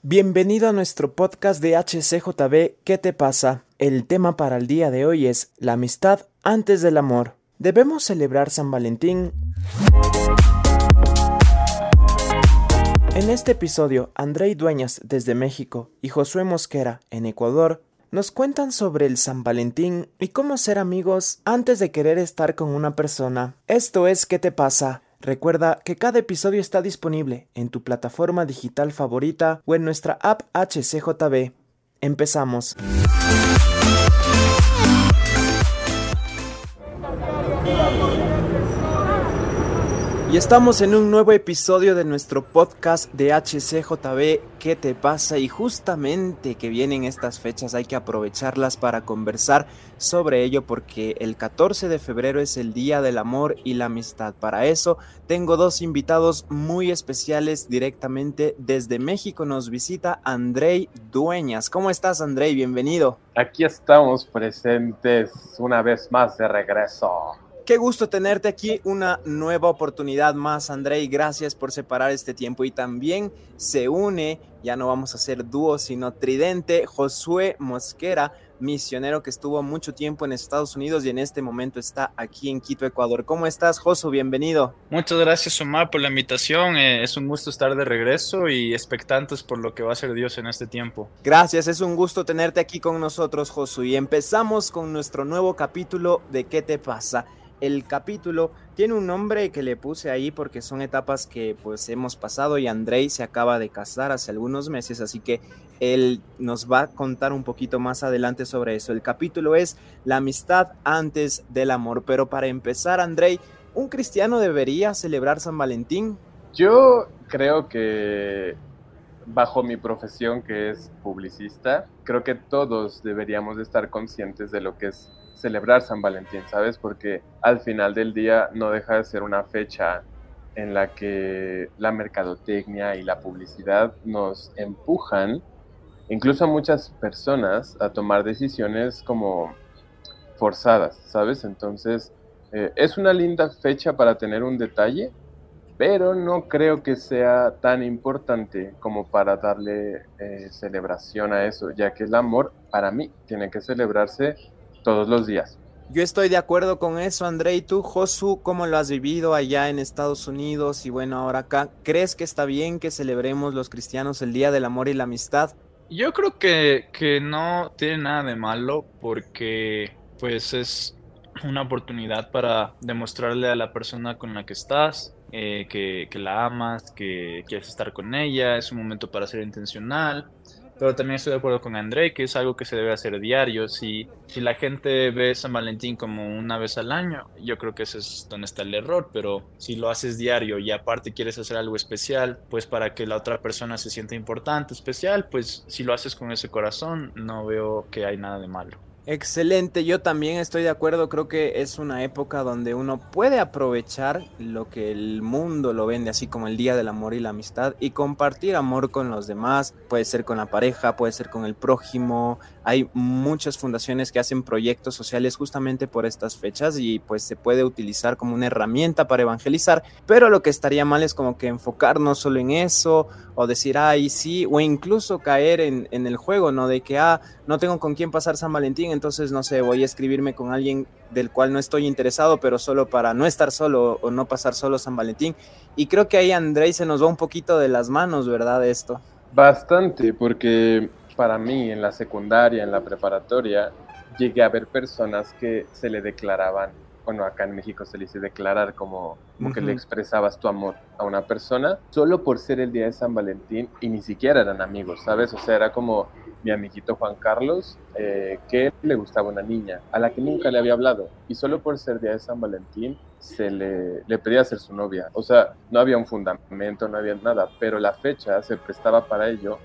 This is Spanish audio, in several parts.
Bienvenido a nuestro podcast de HCJB, ¿qué te pasa? El tema para el día de hoy es la amistad antes del amor. ¿Debemos celebrar San Valentín? En este episodio, Andrei Dueñas desde México y Josué Mosquera en Ecuador nos cuentan sobre el San Valentín y cómo ser amigos antes de querer estar con una persona. Esto es ¿qué te pasa? Recuerda que cada episodio está disponible en tu plataforma digital favorita o en nuestra app HCJB. Empezamos. Y estamos en un nuevo episodio de nuestro podcast de HCJB, ¿qué te pasa? Y justamente que vienen estas fechas hay que aprovecharlas para conversar sobre ello porque el 14 de febrero es el Día del Amor y la Amistad. Para eso tengo dos invitados muy especiales directamente desde México. Nos visita Andrei Dueñas. ¿Cómo estás, Andrei? Bienvenido. Aquí estamos presentes una vez más de regreso. Qué gusto tenerte aquí, una nueva oportunidad más, Andrei, gracias por separar este tiempo. Y también se une, ya no vamos a ser dúo, sino tridente, Josué Mosquera, misionero que estuvo mucho tiempo en Estados Unidos y en este momento está aquí en Quito, Ecuador. ¿Cómo estás, Josu? Bienvenido. Muchas gracias, Omar, por la invitación. Es un gusto estar de regreso y expectantes por lo que va a hacer Dios en este tiempo. Gracias, es un gusto tenerte aquí con nosotros, Josu. Y empezamos con nuestro nuevo capítulo de ¿qué te pasa? El capítulo tiene un nombre que le puse ahí porque son etapas que pues hemos pasado y Andrei se acaba de casar hace algunos meses, así que él nos va a contar un poquito más adelante sobre eso. El capítulo es la amistad antes del amor, pero para empezar, Andrei, ¿un cristiano debería celebrar San Valentín? Yo creo que bajo mi profesión, que es publicista, creo que todos deberíamos de estar conscientes de lo que es celebrar San Valentín, ¿sabes? Porque al final del día no deja de ser una fecha en la que la mercadotecnia y la publicidad nos empujan, incluso a muchas personas, a tomar decisiones como forzadas, ¿sabes? Entonces, es una linda fecha para tener un detalle, pero no creo que sea tan importante como para darle celebración a eso, ya que el amor, para mí, tiene que celebrarse todos los días. Yo estoy de acuerdo con eso, Andrei. ¿Tú, Josu, cómo lo has vivido allá en Estados Unidos y bueno, ahora acá? ¿Crees que está bien que celebremos los cristianos el Día del Amor y la Amistad? Yo creo que no tiene nada de malo porque pues es una oportunidad para demostrarle a la persona con la que estás que la amas, que quieres estar con ella. Es un momento para ser intencional. Pero también estoy de acuerdo con André, que es algo que se debe hacer diario. Si la gente ve San Valentín como una vez al año, yo creo que ese es donde está el error. Pero si lo haces diario y aparte quieres hacer algo especial, pues para que la otra persona se sienta importante, especial, pues si lo haces con ese corazón, no veo que hay nada de malo. Excelente, yo también estoy de acuerdo, creo que es una época donde uno puede aprovechar lo que el mundo lo vende, así como el Día del Amor y la Amistad, y compartir amor con los demás, puede ser con la pareja, puede ser con el prójimo. Hay muchas fundaciones que hacen proyectos sociales justamente por estas fechas y pues se puede utilizar como una herramienta para evangelizar, pero lo que estaría mal es como que enfocarnos solo en eso o decir, ay, sí, o incluso caer en el juego, ¿no? De que, no tengo con quién pasar San Valentín, entonces, no sé, voy a escribirme con alguien del cual no estoy interesado, pero solo para no estar solo o no pasar solo San Valentín. Y creo que ahí, Andrei, se nos va un poquito de las manos, ¿verdad? Esto. Bastante, porque para mí en la secundaria, en la preparatoria, llegué a ver personas que se le declaraban, bueno, acá en México se le dice declarar como que le expresabas tu amor a una persona solo por ser el día de San Valentín y ni siquiera eran amigos, ¿sabes? O sea, era como mi amiguito Juan Carlos, que le gustaba una niña a la que nunca le había hablado y solo por ser día de San Valentín le pedía ser su novia. O sea, no había un fundamento, no había nada, pero la fecha se prestaba para ello.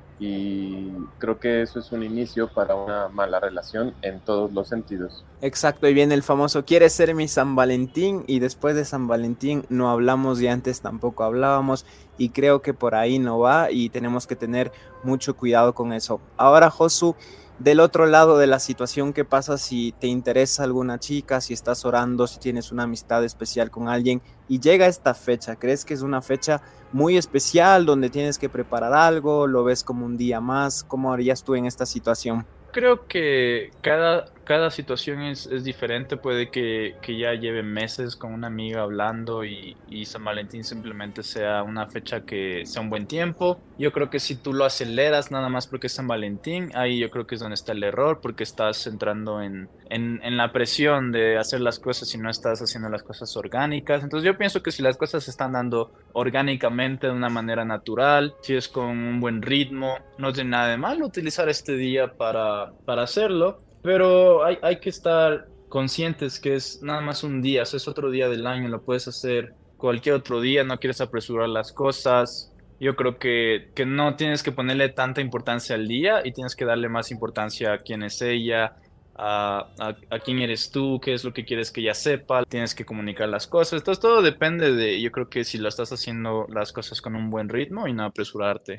Y creo que eso es un inicio para una mala relación en todos los sentidos. Exacto, y viene el famoso ¿quieres ser mi San Valentín? Y después de San Valentín no hablamos y antes tampoco hablábamos y creo que por ahí no va y tenemos que tener mucho cuidado con eso. Ahora, Josu, del otro lado de la situación, ¿qué pasa si te interesa alguna chica, si estás orando, si tienes una amistad especial con alguien y llega esta fecha? ¿Crees que es una fecha muy especial donde tienes que preparar algo? ¿Lo ves como un día más? ¿Cómo harías tú en esta situación? Creo que cada situación es diferente. Puede que ya lleve meses con una amiga hablando y San Valentín simplemente sea una fecha que sea un buen tiempo. Yo creo que si tú lo aceleras nada más porque es San Valentín, ahí yo creo que es donde está el error, porque estás entrando en la presión de hacer las cosas y no estás haciendo las cosas orgánicas. Entonces yo pienso que si las cosas se están dando orgánicamente de una manera natural, si es con un buen ritmo, no tiene nada de malo utilizar este día para hacerlo, pero hay que estar conscientes que es nada más un día, o sea, es otro día del año, lo puedes hacer cualquier otro día, no quieres apresurar las cosas. Yo creo que no tienes que ponerle tanta importancia al día y tienes que darle más importancia a quién es ella, a quién eres tú, qué es lo que quieres que ella sepa, tienes que comunicar las cosas. Entonces todo depende de, yo creo que si lo estás haciendo las cosas con un buen ritmo y no apresurarte.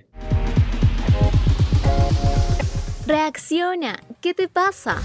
Reacciona, ¿qué te pasa?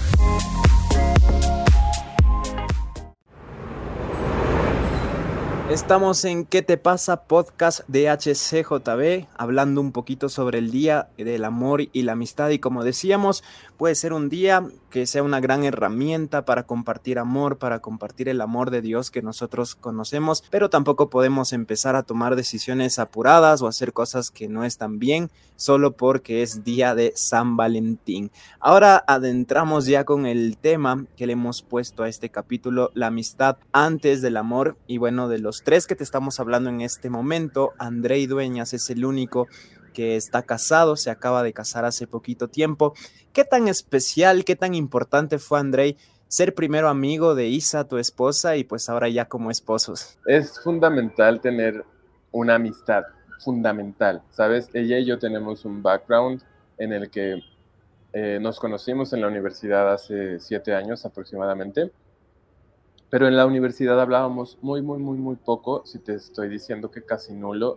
Estamos en ¿Qué te pasa? Podcast de HCJB, hablando un poquito sobre el Día del Amor y la Amistad. Y como decíamos, puede ser un día que sea una gran herramienta para compartir amor, para compartir el amor de Dios que nosotros conocemos, pero tampoco podemos empezar a tomar decisiones apuradas o hacer cosas que no están bien solo porque es día de San Valentín. Ahora adentramos ya con el tema que le hemos puesto a este capítulo, la amistad antes del amor. Y bueno, de los tres que te estamos hablando en este momento, Andrei Dueñas es el único que está casado, se acaba de casar hace poquito tiempo. ¿Qué tan especial, qué tan importante fue, Andrei, ser primero amigo de Isa, tu esposa, y pues ahora ya como esposos? Es fundamental tener una amistad, fundamental, ¿sabes? Ella y yo tenemos un background en el que nos conocimos en la universidad hace 7 años aproximadamente, pero en la universidad hablábamos muy poco, si te estoy diciendo que casi nulo.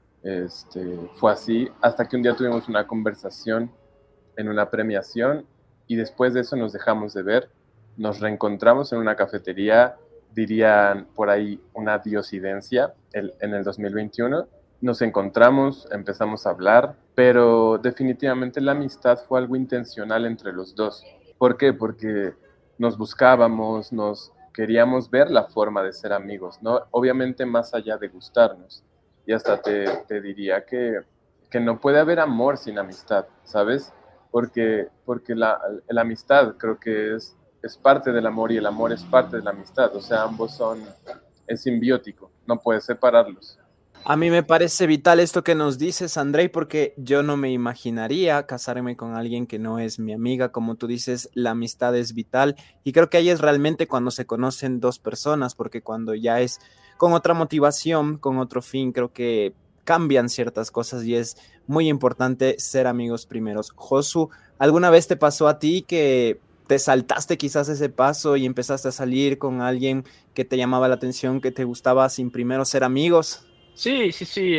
Fue así hasta que un día tuvimos una conversación en una premiación y después de eso nos dejamos de ver, nos reencontramos en una cafetería, dirían por ahí una diosidencia, en el 2021. Nos encontramos, empezamos a hablar, pero definitivamente la amistad fue algo intencional entre los dos. ¿Por qué? Porque nos buscábamos, nos queríamos ver la forma de ser amigos, ¿no? Obviamente más allá de gustarnos. Y hasta te diría que no puede haber amor sin amistad, ¿sabes? Porque la amistad creo que es parte del amor y el amor es parte de la amistad. O sea, es simbiótico, no puedes separarlos. A mí me parece vital esto que nos dices, Andrei, porque yo no me imaginaría casarme con alguien que no es mi amiga. Como tú dices, la amistad es vital y creo que ahí es realmente cuando se conocen dos personas, porque cuando ya es con otra motivación, con otro fin, creo que cambian ciertas cosas y es muy importante ser amigos primeros. Josu, ¿alguna vez te pasó a ti que te saltaste quizás ese paso y empezaste a salir con alguien que te llamaba la atención, que te gustaba sin primero ser amigos? Sí.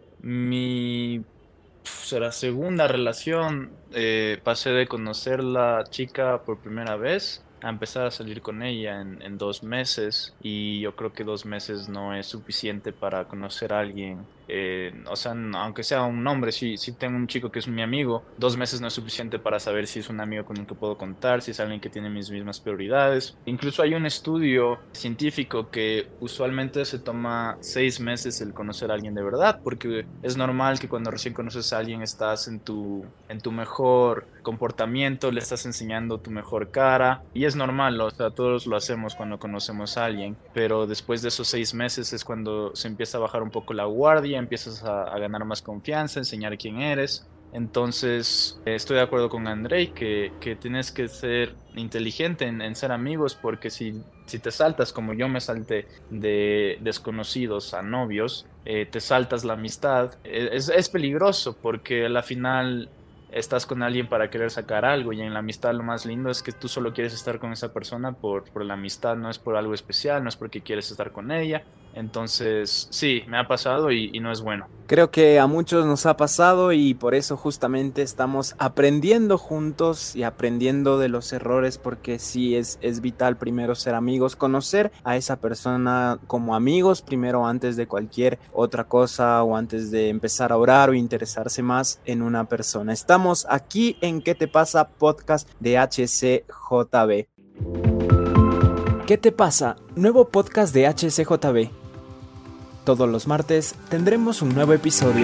Será segunda relación. Pasé de conocer la chica por primera vez a empezar a salir con ella en 2 meses, y yo creo que 2 meses no es suficiente para conocer a alguien. O sea, aunque sea un hombre, si tengo un chico que es mi amigo, 2 meses no es suficiente para saber si es un amigo con el que puedo contar, si es alguien que tiene mis mismas prioridades. Incluso hay un estudio científico que usualmente se toma 6 meses el conocer a alguien de verdad, porque es normal que cuando recién conoces a alguien estás en tu mejor comportamiento, le estás enseñando tu mejor cara, y es normal, o sea, todos lo hacemos cuando conocemos a alguien, pero después de esos 6 meses es cuando se empieza a bajar un poco la guardia, empiezas a ganar más confianza, enseñar quién eres. Entonces, estoy de acuerdo con Andrei que tienes que ser inteligente en ser amigos, porque si te saltas, como yo me salté de desconocidos a novios, te saltas la amistad, es peligroso porque a la final estás con alguien para querer sacar algo, y en la amistad lo más lindo es que tú solo quieres estar con esa persona por la amistad, no es por algo especial, no es porque quieres estar con ella. Entonces, sí, me ha pasado y no es bueno. Creo que a muchos nos ha pasado y por eso justamente estamos aprendiendo juntos y aprendiendo de los errores, porque sí es vital primero ser amigos, conocer a esa persona como amigos primero antes de cualquier otra cosa o antes de empezar a orar o interesarse más en una persona. Estamos aquí en ¿Qué te pasa? Podcast de HCJB. ¿Qué te pasa? Nuevo podcast de HCJB. Todos los martes tendremos un nuevo episodio.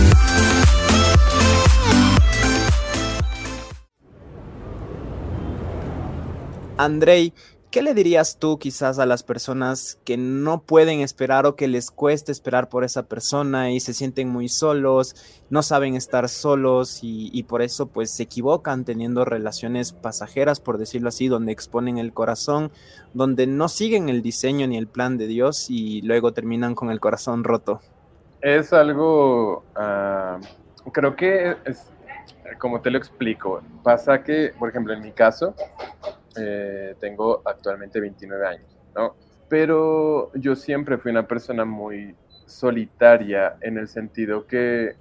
Andrei, ¿qué le dirías tú quizás a las personas que no pueden esperar o que les cuesta esperar por esa persona y se sienten muy solos, no saben estar solos y por eso pues se equivocan teniendo relaciones pasajeras, por decirlo así, donde exponen el corazón, donde no siguen el diseño ni el plan de Dios y luego terminan con el corazón roto? Es algo, creo que es, como te lo explico, pasa que, por ejemplo, en mi caso, tengo actualmente 29 años, ¿no? Pero yo siempre fui una persona muy solitaria en el sentido que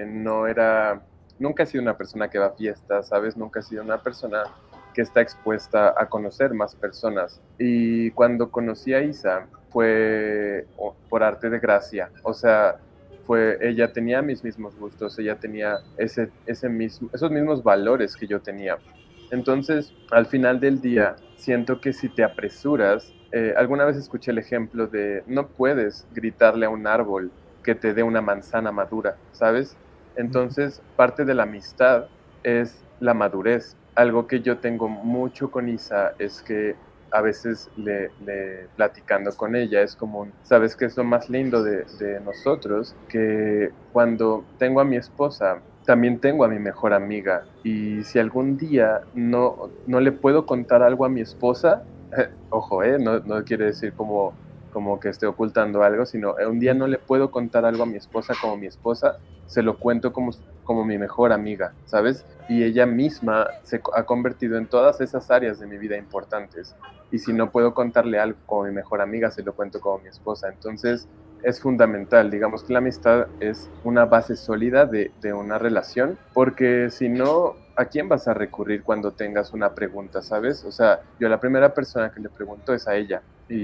nunca he sido una persona que va a fiestas, ¿sabes? Nunca he sido una persona que está expuesta a conocer más personas. Y cuando conocí a Isa fue por arte de gracia, o sea, ella tenía mis mismos gustos, ella tenía esos mismos valores que yo tenía. Entonces, al final del día, siento que si te apresuras, alguna vez escuché el ejemplo de no puedes gritarle a un árbol que te dé una manzana madura, ¿sabes? Entonces, parte de la amistad es la madurez. Algo que yo tengo mucho con Isa es que a veces platicando con ella es como, ¿sabes qué es lo más lindo de nosotros? Que cuando tengo a mi esposa, también tengo a mi mejor amiga, y si algún día no le puedo contar algo a mi esposa, ojo, no quiere decir como que esté ocultando algo, sino un día no le puedo contar algo a mi esposa como mi esposa, se lo cuento como mi mejor amiga, ¿sabes? Y ella misma se ha convertido en todas esas áreas de mi vida importantes, y si no puedo contarle algo como mi mejor amiga, se lo cuento como mi esposa. Entonces es fundamental, digamos que la amistad es una base sólida de una relación, porque si no, ¿a quién vas a recurrir cuando tengas una pregunta, sabes? O sea, yo la primera persona que le pregunto es a ella,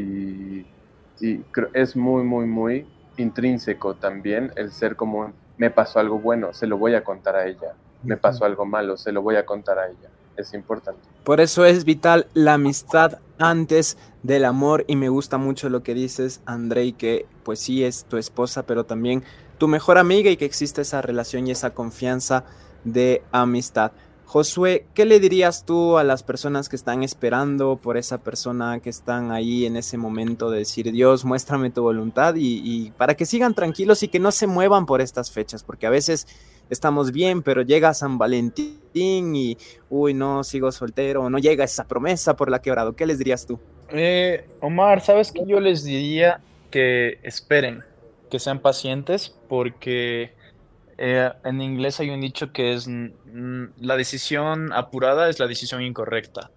y es muy, muy, muy intrínseco también el ser como, me pasó algo bueno, se lo voy a contar a ella, me pasó algo malo, se lo voy a contar a ella. Es importante. Por eso es vital la amistad antes del amor, y me gusta mucho lo que dices, Andrei, que pues sí es tu esposa, pero también tu mejor amiga, y que existe esa relación y esa confianza de amistad. Josué, ¿qué le dirías tú a las personas que están esperando por esa persona, que están ahí en ese momento de decir, Dios, muéstrame tu voluntad, y para que sigan tranquilos y que no se muevan por estas fechas? Porque a veces estamos bien, pero llega San Valentín y, uy, no, sigo soltero, no llega esa promesa por la que he orado. ¿Qué les dirías tú? Omar, ¿sabes qué? Yo les diría que esperen, que sean pacientes, porque en inglés hay un dicho que es la decisión apurada es la decisión incorrecta.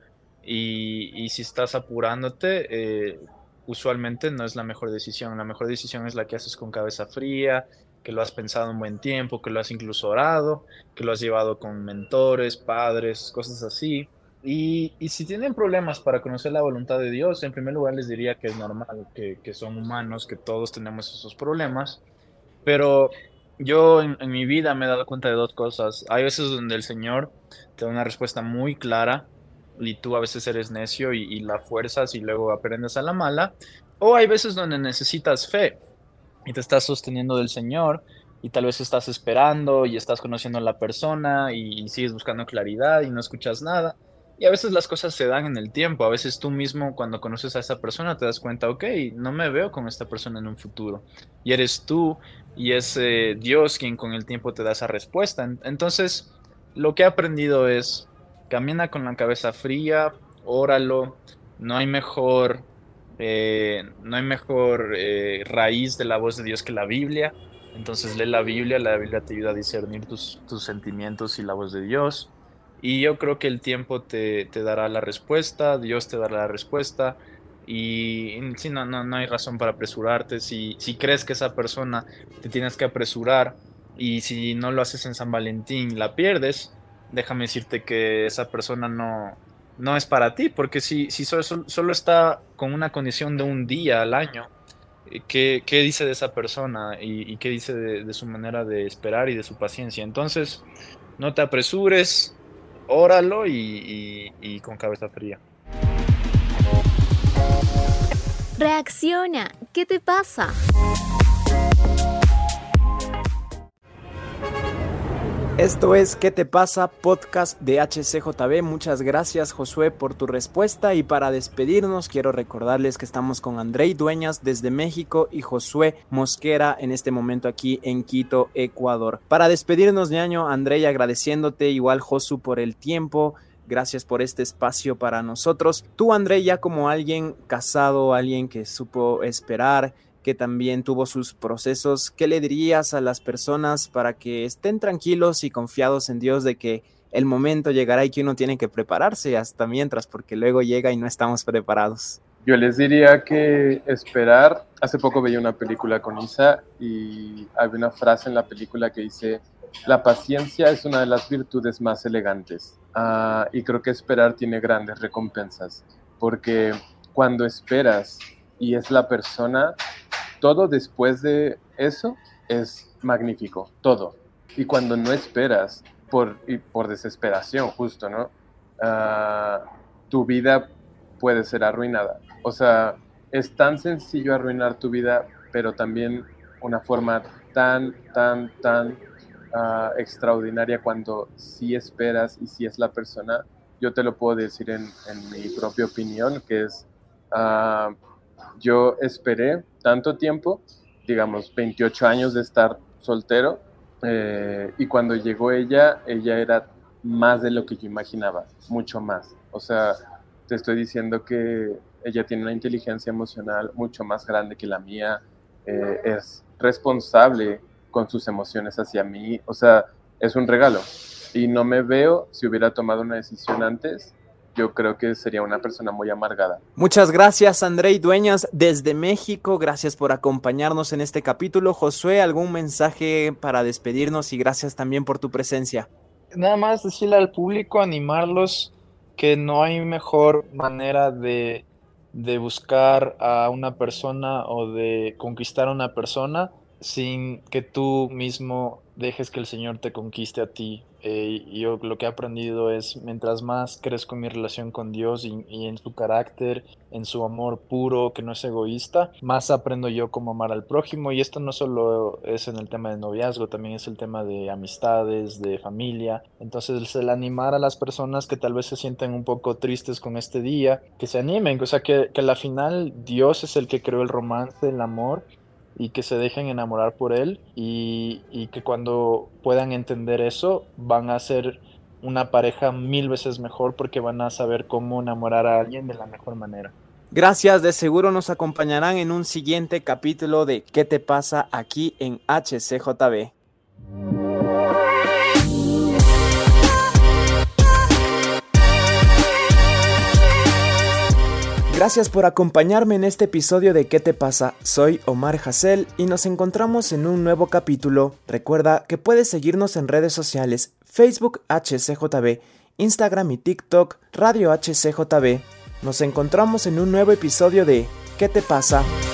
Y si estás apurándote, usualmente no es la mejor decisión. La mejor decisión es la que haces con cabeza fría, que lo has pensado un buen tiempo, que lo has incluso orado, que lo has llevado con mentores, padres, cosas así. Y si tienen problemas para conocer la voluntad de Dios, en primer lugar les diría que es normal, que son humanos, que todos tenemos esos problemas, pero yo en mi vida me he dado cuenta de dos cosas. Hay veces donde el Señor te da una respuesta muy clara y tú a veces eres necio y la fuerzas y luego aprendes a la mala. O hay veces donde necesitas fe y te estás sosteniendo del Señor y tal vez estás esperando y estás conociendo a la persona y sigues buscando claridad y no escuchas nada. Y a veces las cosas se dan en el tiempo. A veces tú mismo cuando conoces a esa persona te das cuenta, ok, no me veo con esta persona en un futuro. Y eres tú y es Dios quien con el tiempo te da esa respuesta. Entonces, lo que he aprendido es, camina con la cabeza fría, óralo, no hay mejor, no hay mejor raíz de la voz de Dios que la Biblia. Entonces lee la Biblia te ayuda a discernir tus sentimientos y la voz de Dios. Y yo creo que el tiempo te dará la respuesta, Dios te dará la respuesta. Y sí, no hay razón para apresurarte. Si crees que esa persona te tienes que apresurar y si no lo haces en San Valentín, la pierdes, déjame decirte que esa persona no es para ti, porque si solo está con una condición de un día al año, ¿qué dice de esa persona y qué dice de su manera de esperar y de su paciencia? Entonces, no te apresures, óralo y con cabeza fría. Reacciona, ¿qué te pasa? Esto es ¿Qué te pasa? Podcast de HCJB. Muchas gracias, Josué, por tu respuesta. Y para despedirnos, quiero recordarles que estamos con Andrei Dueñas desde México y Josué Mosquera en este momento aquí en Quito, Ecuador. Para despedirnos, ñaño, Andrei, agradeciéndote, igual Josu, por el tiempo. Gracias por este espacio para nosotros. Tú, Andrei, ya como alguien casado, alguien que supo esperar, que también tuvo sus procesos, ¿qué le dirías a las personas para que estén tranquilos y confiados en Dios de que el momento llegará y que uno tiene que prepararse hasta mientras, porque luego llega y no estamos preparados? Yo les diría que esperar. Hace poco veía una película con Isa y había una frase en la película que dice: la paciencia es una de las virtudes más elegantes. Y creo que esperar tiene grandes recompensas, porque cuando esperas y es la persona, todo después de eso es magnífico, todo. Y cuando no esperas, por desesperación justo, ¿no? Tu vida puede ser arruinada. O sea, es tan sencillo arruinar tu vida, pero también una forma tan extraordinaria cuando sí esperas y sí es la persona. Yo te lo puedo decir en mi propia opinión, que es... yo esperé tanto tiempo, digamos 28 años de estar soltero, y cuando llegó ella era más de lo que yo imaginaba, mucho más. O sea, te estoy diciendo que ella tiene una inteligencia emocional mucho más grande que la mía, es responsable con sus emociones hacia mí, o sea, es un regalo. Y no me veo, si hubiera tomado una decisión antes, yo creo que sería una persona muy amargada. Muchas gracias, Andrei Dueñas desde México. Gracias por acompañarnos en este capítulo. Josué, ¿algún mensaje para despedirnos? Y gracias también por tu presencia. Nada más decirle al público, animarlos, que no hay mejor manera de buscar a una persona o de conquistar a una persona sin que tú mismo dejes que el Señor te conquiste a ti. Yo lo que he aprendido es, mientras más crezco en mi relación con Dios y en su carácter, en su amor puro, que no es egoísta, más aprendo yo cómo amar al prójimo. Y esto no solo es en el tema de noviazgo, también es el tema de amistades, de familia. Entonces, el animar a las personas que tal vez se sienten un poco tristes con este día, que se animen, o sea, que a la final Dios es el que creó el romance, el amor, y que se dejen enamorar por él y que cuando puedan entender eso van a ser una pareja 1000 veces mejor, porque van a saber cómo enamorar a alguien de la mejor manera. Gracias, de seguro nos acompañarán en un siguiente capítulo de ¿Qué te pasa? Aquí en HCJB. Gracias por acompañarme en este episodio de ¿Qué te pasa? Soy Omar Hassel y nos encontramos en un nuevo capítulo. Recuerda que puedes seguirnos en redes sociales: Facebook HCJB, Instagram y TikTok Radio HCJB. Nos encontramos en un nuevo episodio de ¿Qué te pasa?